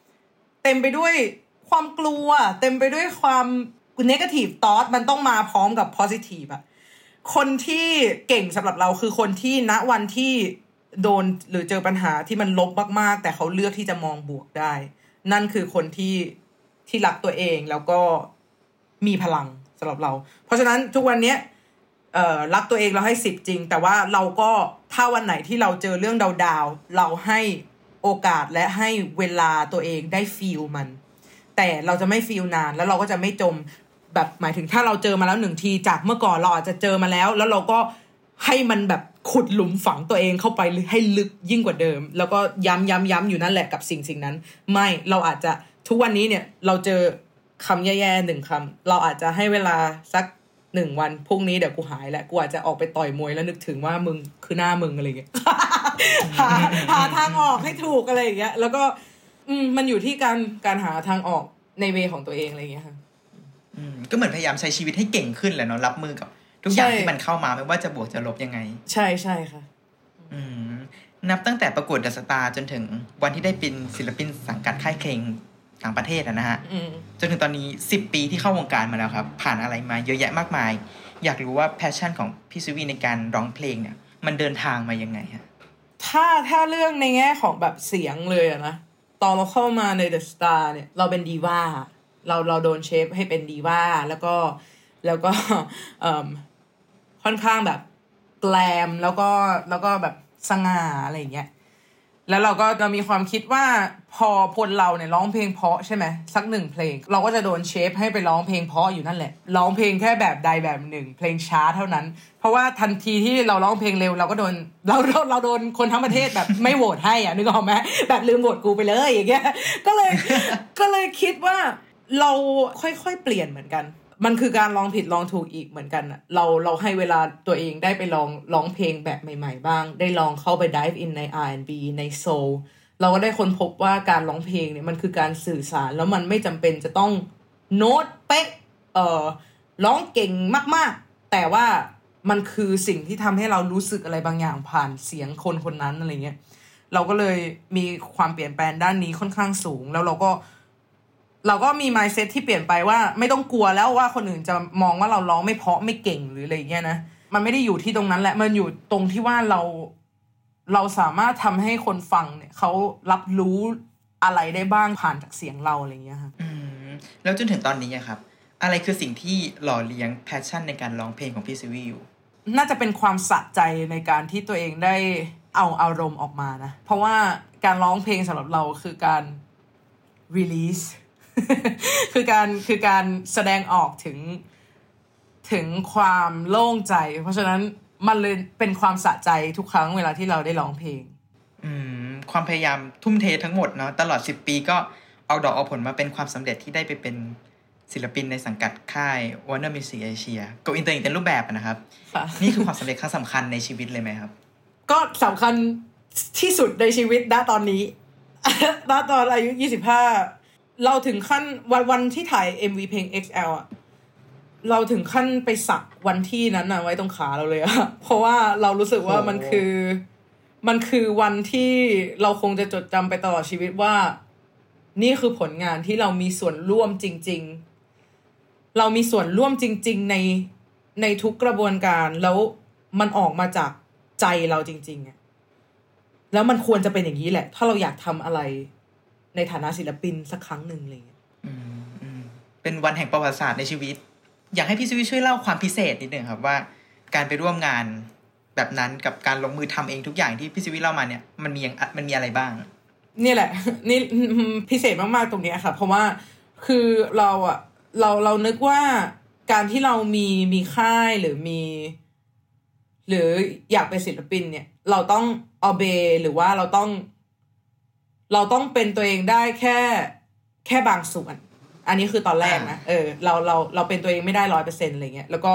ความกลัวเต็มไปด้วยความ negative thought มันต้องมาพร้อมกับ positive อะคนที่เก่งสำหรับเราคือคนที่ณวันที่โดนหรือเจอปัญหาที่มันลบมากๆแต่เขาเลือกที่จะมองบวกได้นั่นคือคนที่รักตัวเองแล้วก็มีพลังสำหรับเราเพราะฉะนั้นทุกวันนี้รักตัวเองเราให้10จริงแต่ว่าเราก็ถ้าวันไหนที่เราเจอเรื่องดาวๆเราให้โอกาสและให้เวลาตัวเองได้ฟีลมันแต่เราจะไม่ฟีลนานแล้วเราก็จะไม่จมแบบหมายถึงถ้าเราเจอมาแล้ว1ทีจากเมื่อก่อนเราอาจจะเจอมาแล้วเราก็ให้มันแบบขุดหลุมฝังตัวเองเข้าไปให้ลึกยิ่งกว่าเดิมแล้วก็ย้ำอยู่นั่นแหละกับสิ่งนั้นไม่เราอาจจะทุกวันนี้เนี่ยเราเจอคำแย่ๆ1คำเราอาจจะให้เวลาสัก1วันพรุ่งนี้เดี๋ยวกูหายแล้วกูอาจจะออกไปต่อยมวยแล้วนึกถึงว่ามึงคือหน้ามึงอะไรอย่างเงี้ย หาทางออกให้ถูกอะไรอย่างเงี้ยแล้วก็มันอยู่ที่การหาทางออกในเวของตัวเองอะไรอย่างเงี้ยค่ะก็เหมือนพยายามใช้ชีวิตให้เก่งขึ้นแหละเนาะรับมือกับทุกอย่างที่มันเข้ามาไม่ว่าจะบวกจะลบยังไงใช่ใช่ค่ะนับตั้งแต่ประกวดเดอะสตาร์จนถึงวันที่ได้เป็นศิลปินสังกัดค่ายเพลงต่างประเทศนะฮะจนถึงตอนนี้10 ปีที่เข้าวงการมาแล้วครับผ่านอะไรมาเยอะแยะมากมายอยากรู้ว่าแพชชั่นของพี่ซิวี่ในการร้องเพลงเนี่ยมันเดินทางมายังไงฮะถ้าเรื่องในแง่ของแบบเสียงเลยอะนะตอนเราเข้ามาในเดอะสตาร์เนี่ยเราเป็นดีว่าเราโดนเชฟให้เป็นดีว่าแล้วก็ค่อนข้างแบบแกลมแล้วก็แบบสง่าอะไรอย่างเงี้ยแล้วเรามีความคิดว่าพอคนเราเนี่ยร้องเพลงเพราะใช่ไหมสัก1เพลงเราก็จะโดนเชฟให้ไปร้องเพลงเพราะอยู่นั่นแหละร้องเพลงแค่แบบใดแบบหนึ่งเพลงช้าเท่านั้นเพราะว่าทันทีที่เราร้องเพลงเร็วเราก็โดนเราโดนคนทั้งประเทศแบบไม่โหวตให้อ่ะนึกออกไหมแบบลืมโหวตกูไปเลยอย่างเงี้ยก็เลยคิดว่าเราค่อยๆเปลี่ยนเหมือนกันมันคือการลองผิดลองถูกอีกเหมือนกันอะเราให้เวลาตัวเองได้ไปร้องเพลงแบบใหม่ๆบ้างได้ลองเข้าไป dive in ใน R&B ใน soul เราก็ได้ค้นพบว่าการร้องเพลงเนี่ยมันคือการสื่อสารแล้วมันไม่จำเป็นจะต้องโน้ตเป๊ะร้องเก่งมากๆแต่ว่ามันคือสิ่งที่ทำให้เรารู้สึกอะไรบางอย่างผ่านเสียงคนนั้นอะไรเงี้ยเราก็เลยมีความเปลี่ยนแปลงด้านนี้ค่อนข้างสูงแล้วเราก็มี mindset ที่เปลี่ยนไปว่าไม่ต้องกลัวแล้วว่าคนอื่นจะมองว่าเราร้องไม่เพราะไม่เก่งหรืออะไรเงี้ยนะมันไม่ได้อยู่ที่ตรงนั้นแหละมันอยู่ตรงที่ว่าเราสามารถทำให้คนฟังเนี่ยเขารับรู้อะไรได้บ้างผ่านจากเสียงเราอะไรเงี้ยค่ะแล้วจนถึงตอนนี้ครับอะไรคือสิ่งที่หล่อเลี้ยง passion ในการร้องเพลงของพี่ซิวี่อยู่น่าจะเป็นความสะใจในการที่ตัวเองเอาอารมณ์ออกมานะเพราะว่าการร้องเพลงสำหรับเราคือการ release คือการแสดงออกถึงความโล่งใจเพราะฉะนั้นมันเลยเป็นความสะใจทุกครั้งเวลาที่เราได้ร้องเพลงความพยายามทุ่มเททั้งหมดเนาะตลอด10 ปีก็เอาดอกเอาผลมาเป็นความสำเร็จที่ได้ไปเป็นศิลปินในสังกัดค่าย Warner Music Asia Go Inter อีกเต็มรูปแบบนะครับ นี่คือความสำเร็จครั้งสำคัญในชีวิตเลยไหมครับก็สำคัญที่สุดในชีวิตณตอนนี้ ณตอนอายุ25เราถึงขั้นวันที่ถ่าย MV เพลง XL อ่ะเราถึงขั้นไปสักวันที่นั้นน่ะไว้ตรงขาเราเลยอ่ะเพราะว่าเรารู้สึกว่ามันคือวันที่เราคงจะจดจำไปตลอดชีวิตว่านี่คือผลงานที่เรามีส่วนร่วมจริงๆเรามีส่วนร่วมจริงๆในทุกกระบวนการแล้วมันออกมาจากใจเราจริงๆอ่ะแล้วมันควรจะเป็นอย่างนี้แหละถ้าเราอยากทำอะไรในฐานะศิลปินสักครั้งหนึ่งอะไรเงี้ยเป็นวันแห่งประวัติศาสตร์ในชีวิตอยากให้พี่ซิวิช่วยเล่าความพิเศษนิดนึงครับว่าการไปร่วมงานแบบนั้นกับการลงมือทำเองทุกอย่างที่พี่ซิวิเล่ามาเนี่ยมันมีอะไรบ้างนี่แหละนี่พิเศษมากๆตรงนี้ค่ะเพราะว่าคือเรานึกว่าการที่เรามีค่ายหรืออยากเป็นศิลปินเนี่ยเราต้องobeyหรือว่าเราต้องเป็นตัวเองได้แค่บางส่วนอันนี้คือตอนแรกนะเราเป็นตัวเองไม่ได้ 100% อะไรเงี้ยแล้วก็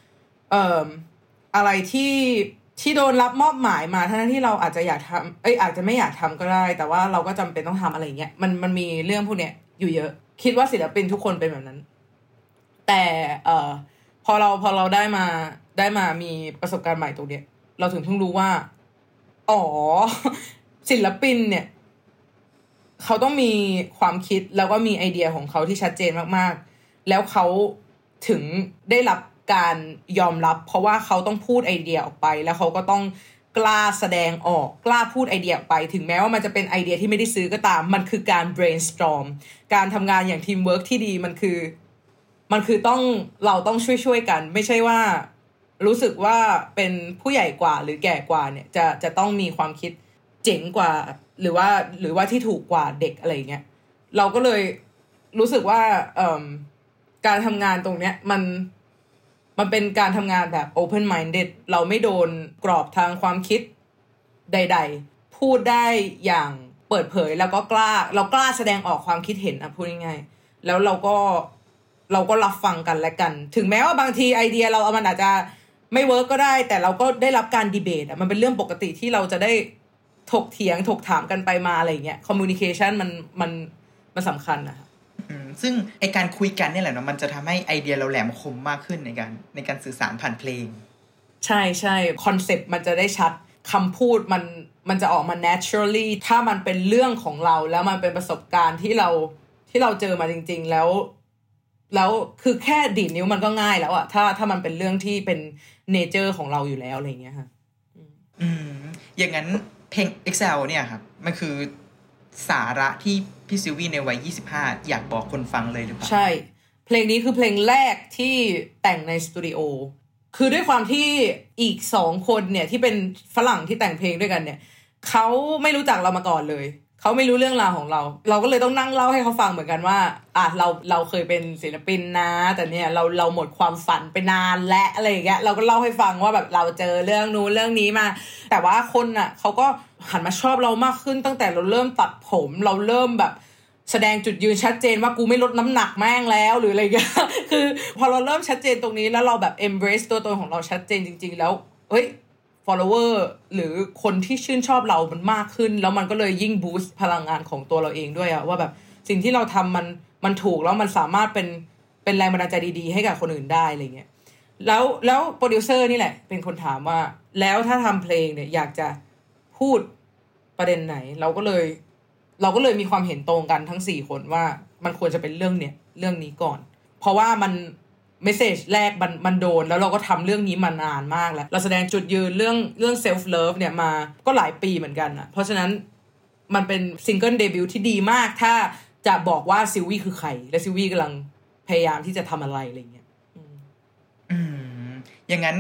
อะไรที่โดนรับมอบหมายมาทั้งที่เราอาจจะอยากทำอาจจะไม่อยากทำก็ได้แต่ว่าเราก็จำเป็นต้องทำอะไรเงี้ยมันมีเรื่องพวกเนี้ยอยู่เยอะคิดว่าศิลปินทุกคนเป็นแบบนั้นแต่พอเราได้มามีประสบการณ์ใหม่ตรงเนี้ยเราถึงเพิ่งรู้ว่าอ๋อศิลปินเนี่ยเขาต้องมีความคิดแล้วก็มีไอเดียของเขาที่ชัดเจนมากๆแล้วเขาถึงได้รับการยอมรับเพราะว่าเขาต้องพูดไอเดียออกไปแล้วเขาก็ต้องกล้าแสดงออกกล้าพูดไอเดียออกไปถึงแม้ว่ามันจะเป็นไอเดียที่ไม่ได้ซื้อก็ตามมันคือการ brainstorm การทำงานอย่างทีมเวิร์คที่ดีมันคือเราต้องช่วยกันไม่ใช่ว่ารู้สึกว่าเป็นผู้ใหญ่กว่าหรือแก่กว่าเนี่ยจะต้องมีความคิดเจ๋งกว่าหรือว่าที่ถูกกว่าเด็กอะไรเงี้ยเราก็เลยรู้สึกว่าการทำงานตรงเนี้ยมันเป็นการทำงานแบบ open minded เราไม่โดนกรอบทางความคิดใดๆพูดได้อย่างเปิดเผยแล้วก็เรากล้าแสดงออกความคิดเห็นพูดง่ายๆแล้วเราก็รับฟังกันและกันถึงแม้ว่าบางทีไอเดียเรามันอาจจะไม่เวิร์กก็ได้แต่เราก็ได้รับการดีเบตมันเป็นเรื่องปกติที่เราจะได้ถกเถียงถกถามกันไปมาอะไรเงี้ย communication มันสำคัญนะคะซึ่งไอการคุยกันนี่แหละเนาะมันจะทำให้ไอเดียเราแหลมคมมากขึ้นในการสื่อสารผ่านเพลงใช่คอนเซ็ปต์มันจะได้ชัดคำพูดมันจะออกมา naturally ถ้ามันเป็นเรื่องของเราแล้วมันเป็นประสบการณ์ที่เราเจอมาจริงๆแล้วคือแค่ดีดนิ้วมันก็ง่ายแล้วอะถ้ามันเป็นเรื่องที่เป็นเนเจอร์ของเราอยู่แล้วอะไรเงี้ยค่ะอย่างนั้นเพลง Excel เนี่ยครับมันคือสาระที่พี่ซิลวี่ในวัย25อยากบอกคนฟังเลยหรือเปล่าใช่เพลงนี้คือเพลงแรกที่แต่งในสตูดิโอคือด้วยความที่อีก2คนเนี่ยที่เป็นฝรั่งที่แต่งเพลงด้วยกันเนี่ยเขาไม่รู้จักเรามาก่อนเลยเขาไม่รู้เรื่องราวของเราก็เลยต้องนั่งเล่าให้เขาฟังเหมือนกันว่าเราเคยเป็นศิลปินนะแต่เนี่ยเราหมดความฝันไปนานและอะไรอย่างเงี้ยเราก็เล่าให้ฟังว่าแบบเราเจอเรื่องนู้นเรื่องนี้มาแต่ว่าคนน่ะเขาก็หันมาชอบเรามากขึ้นตั้งแต่เราเริ่มตัดผมเราเริ่มแบบแสดงจุดยืนชัดเจนว่ากูไม่ลดน้ำหนักแม่งแล้วหรืออะไรเงี้ยคือพอเราเริ่มชัดเจนตรงนี้แล้วเราแบบ embrace ตัวตนของเราชัดเจนจริงๆแล้วเฮ้ยfollower หรือคนที่ชื่นชอบเรามันมากขึ้นแล้วมันก็เลยยิ่ง boost พลังงานของตัวเราเองด้วยอะว่าแบบสิ่งที่เราทำมันถูกแล้วมันสามารถเป็นแรงบันดาลใจดีๆให้กับคนอื่นได้อะไรเงี้ยแล้วโปรดิวเซอร์นี่แหละเป็นคนถามว่าแล้วถ้าทำเพลงเนี่ยอยากจะพูดประเด็นไหนเราก็เลยมีความเห็นตรงกันทั้ง4คนว่ามันควรจะเป็นเรื่องนี้ก่อนเพราะว่ามันเมสเสจแรกมันโดนแล้วเราก็ทำเรื่องนี้มานานมากแล้วเราแสดงจุดยืนเรื่องเซลฟ์เลิฟเนี่ยมาก็หลายปีเหมือนกันอ่ะเพราะฉะนั้นมันเป็นซิงเกิลเดบิวต์ที่ดีมากถ้าจะบอกว่าซิลวี่คือใครและซิลวี่กำลังพยายามที่จะทำอะไรอะไรเงี้ยอย่างนั้น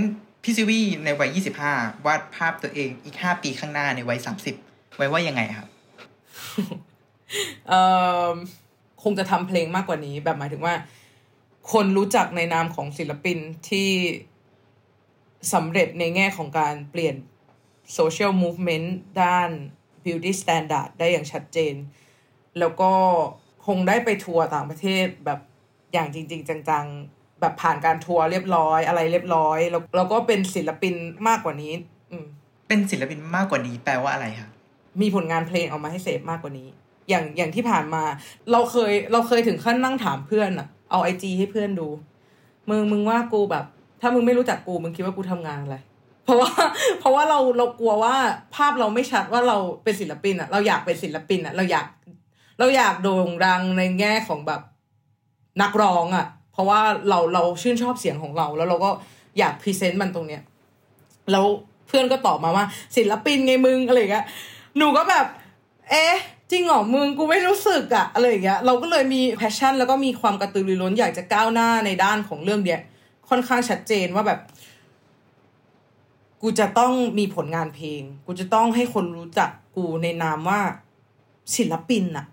พี่ซิวี่ในวัย25วาดภาพตัวเองอีก5ปีข้างหน้าในวัย30ไว้ว่ายังไงครับคงจะทำเพลงมากกว่านี้แบบหมายถึงว่าคนรู้จักในนามของศิลปินที่สำเร็จในแง่ของการเปลี่ยน social movement ด้าน beauty standard ได้อย่างชัดเจนแล้วก็คงได้ไปทัวร์ต่างประเทศแบบอย่างจริงๆจังๆแบบผ่านการทัวร์เรียบร้อยอะไรเรียบร้อยแล้วก็เป็นศิลปินมากกว่านี้เป็นศิลปินมากกว่านี้แปลว่าอะไรครับมีผลงานเพลงออกมาให้เสพมากกว่านี้อย่างที่ผ่านมาเราเคยถึงขั้นนั่งถามเพื่อนอะเอา IG ให้เพื่อนดูมึงว่ากูแบบถ้ามึงไม่รู้จักกูมึงคิดว่ากูทำงานอะไรเพราะว่าเรากลัวว่าภาพเราไม่ชัดว่าเราเป็นศิลปินอะเราอยากเป็นศิลปินอะเราอยากโด่งดังในแง่ของแบบนักร้องอะเพราะว่าเราชื่นชอบเสียงของเราแล้วเราก็อยากพรีเซนต์มันตรงเนี้ยแล้วเพื่อนก็ตอบมาว่าศิลปินไงมึงอะไรอย่างเงี้ยหนูก็แบบจริงเหรอมึงกูไม่รู้สึกอะอะไรอย่างเงี้ยเราก็เลยมีแพชชั่นแล้วก็มีความกระตือรือร้นอยากจะก้าวหน้าในด้านของเรื่องเนี้ยค่อนข้างชัดเจนว่าแบบกูจะต้องมีผลงานเพลงกูจะต้องให้คนรู้จักกูในนามว่าศิลปินอะ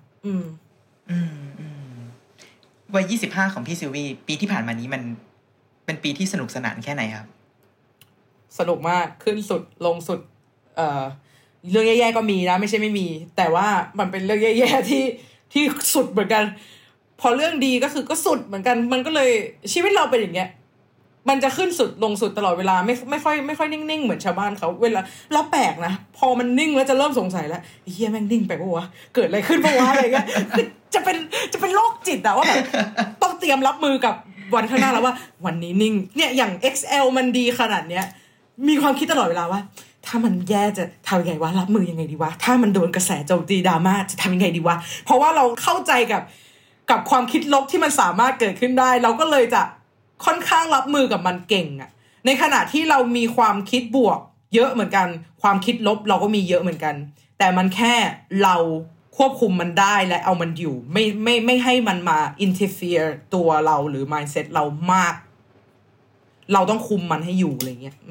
วัย25ของพี่ซิวี่ปีที่ผ่านมานี้มันเป็นปีที่สนุกสนานแค่ไหนครับสนุกมากขึ้นสุดลงสุดเรื่องแย่ๆก็มีนะไม่ใช่ไม่มีแต่ว่ามันเป็นเรื่องแย่ๆที่สุดเหมือนกันพอเรื่องดีก็คือก็สุดเหมือนกันมันก็เลยชีวิตเราเป็นอย่างเงี้ยมันจะขึ้นสุดลงสุดตลอดเวลาไม่ค่อยนิ่งๆเหมือนชาวบ้านเขาเวลาเราแปลกนะพอมันนิ่งแล้วจะเริ่มสงสัยแล้วเฮียแม่งนิ่งไปปะวะเกิดอะไรขึ้นปะวะอะไรเงี้ยจะเป็นโรคจิตอะว่าแบบต้องเตรียมรับมือกับวันข้างหน้าแล้วว่าวันนี้นิ่งเนี่ยอย่าง XL มันดีขนาดเนี้ยมีความคิดตลอดเวลาว่าถ้ามันแย่จะทำยังไงวะรับมือยังไงดีวะถ้ามันโดนกระแสโจมตีดราม่าจะทำยังไงดีวะเพราะว่าเราเข้าใจกับความคิดลบที่มันสามารถเกิดขึ้นได้เราก็เลยจะค่อนข้างรับมือกับมันเก่งอะในขณะที่เรามีความคิดบวกเยอะเหมือนกันความคิดลบเราก็มีเยอะเหมือนกันแต่มันแค่เราควบคุมมันได้และเอามันอยู่ไม่ให้มันมา interfere ตัวเราหรือ mindset เรามากเราต้องคุมมันให้อยู่อะไรเงี้ย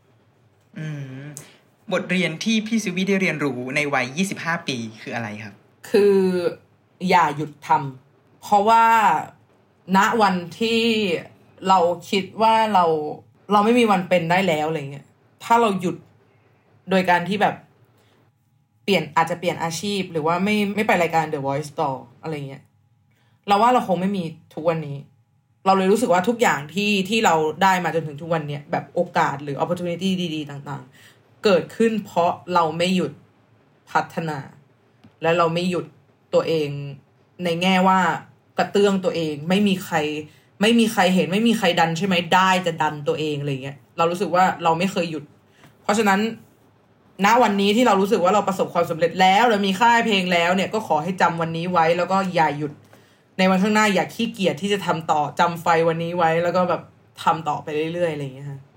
บทเรียนที่พี่ซิวี่ได้เรียนรู้ในวัย25ปีคืออะไรครับคืออย่าหยุดทำเพราะว่าณวันที่เราคิดว่าเราไม่มีวันเป็นได้แล้วอะไรเงี้ยถ้าเราหยุดโดยการที่แบบอาจจะเปลี่ยนอาชีพหรือว่าไม่ไปรายการ The Voice ต่ออะไรเงี้ยเราว่าเราคงไม่มีทุกวันนี้เราเลยรู้สึกว่าทุกอย่างที่เราได้มาจนถึงทุกวันเนี้ยแบบโอกาสหรือ opportunity ดีๆต่างๆเกิดขึ้นเพราะเราไม่หยุดพัฒนาและเราไม่หยุดตัวเองในแง่ว่ากระเตื้องตัวเองไม่มีใครเห็นไม่มีใครดันใช่ไหมได้จะดันตัวเองอะไรเงี้ยเรารู้สึกว่าเราไม่เคยหยุดเพราะฉะนั้นณวันนี้ที่เรารู้สึกว่าเราประสบความสำเร็จแล้วเรามีค่ายเพลงแล้วเนี่ยก็ขอให้จำวันนี้ไว้แล้วก็อย่าหยุดในวันข้างหน้าอย่าขี้เกียจที่จะทำต่อจำไฟวันนี้ไว้แล้วก็แบบทำต่อไปเรื่อยๆอะไรอย่างเงี้ยค่ะ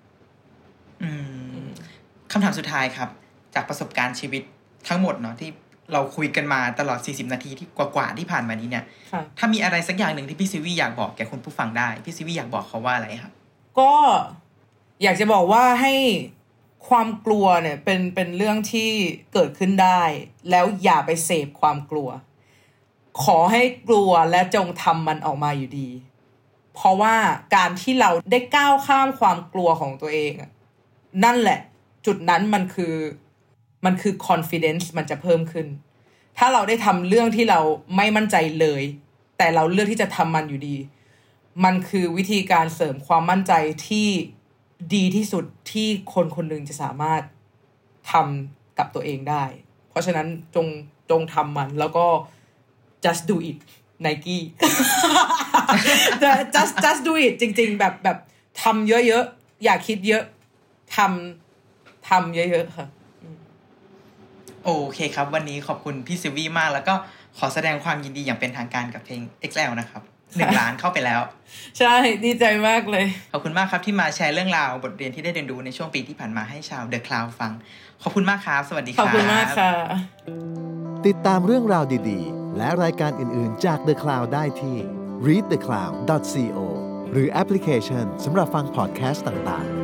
คำถามสุดท้ายครับจากประสบการณ์ชีวิตทั้งหมดเนาะที่เราคุยกันมาตลอด40นาทีที่กว่าที่ผ่านมานี้เนี่ยถ้ามีอะไรสักอย่างหนึ่งที่พี่ซิวี่อยากบอกแก่คนผู้ฟังได้พี่ซิวี่อยากบอกเขาว่าอะไรครับก็อยากจะบอกว่าให้ความกลัวเนี่ยเป็นเรื่องที่เกิดขึ้นได้แล้วอย่าไปเสพความกลัวขอให้กลัวและจงทำมันออกมาอยู่ดีเพราะว่าการที่เราได้ก้าวข้ามความกลัวของตัวเองนั่นแหละจุดนั้นมันคือ confidence มันจะเพิ่มขึ้นถ้าเราได้ทำเรื่องที่เราไม่มั่นใจเลยแต่เราเลือกที่จะทำมันอยู่ดีมันคือวิธีการเสริมความมั่นใจที่ดีที่สุดที่คนคนหนึ่งจะสามารถทำกับตัวเองได้เพราะฉะนั้นจงทำมันแล้วก็ just do it Nike just do it จริงๆแบบทำเยอะๆอย่าคิดเยอะทำเยอะๆค่ะโอเคครับวันนี้ขอบคุณพี่ซิวี่มากแล้วก็ขอแสดงความยินดีอย่างเป็นทางการกับเพลง XL นะครับ1 ล้านเข้าไปแล้วใช่ดีใจมากเลยขอบคุณมากครับที่มาแชร์เรื่องราวบทเรียนที่ได้เรียนรู้ในช่วงปีที่ผ่านมาให้ชาว The Cloud ฟังขอบคุณมากครับสวัสดีครับขอบคุณมากค่ะติดตามเรื่องราวดีๆและรายการอื่นๆจาก The Cloud ได้ที่ readthecloud.co หรือแอปพลิเคชันสำหรับฟังพอดแคสต์ต่างๆ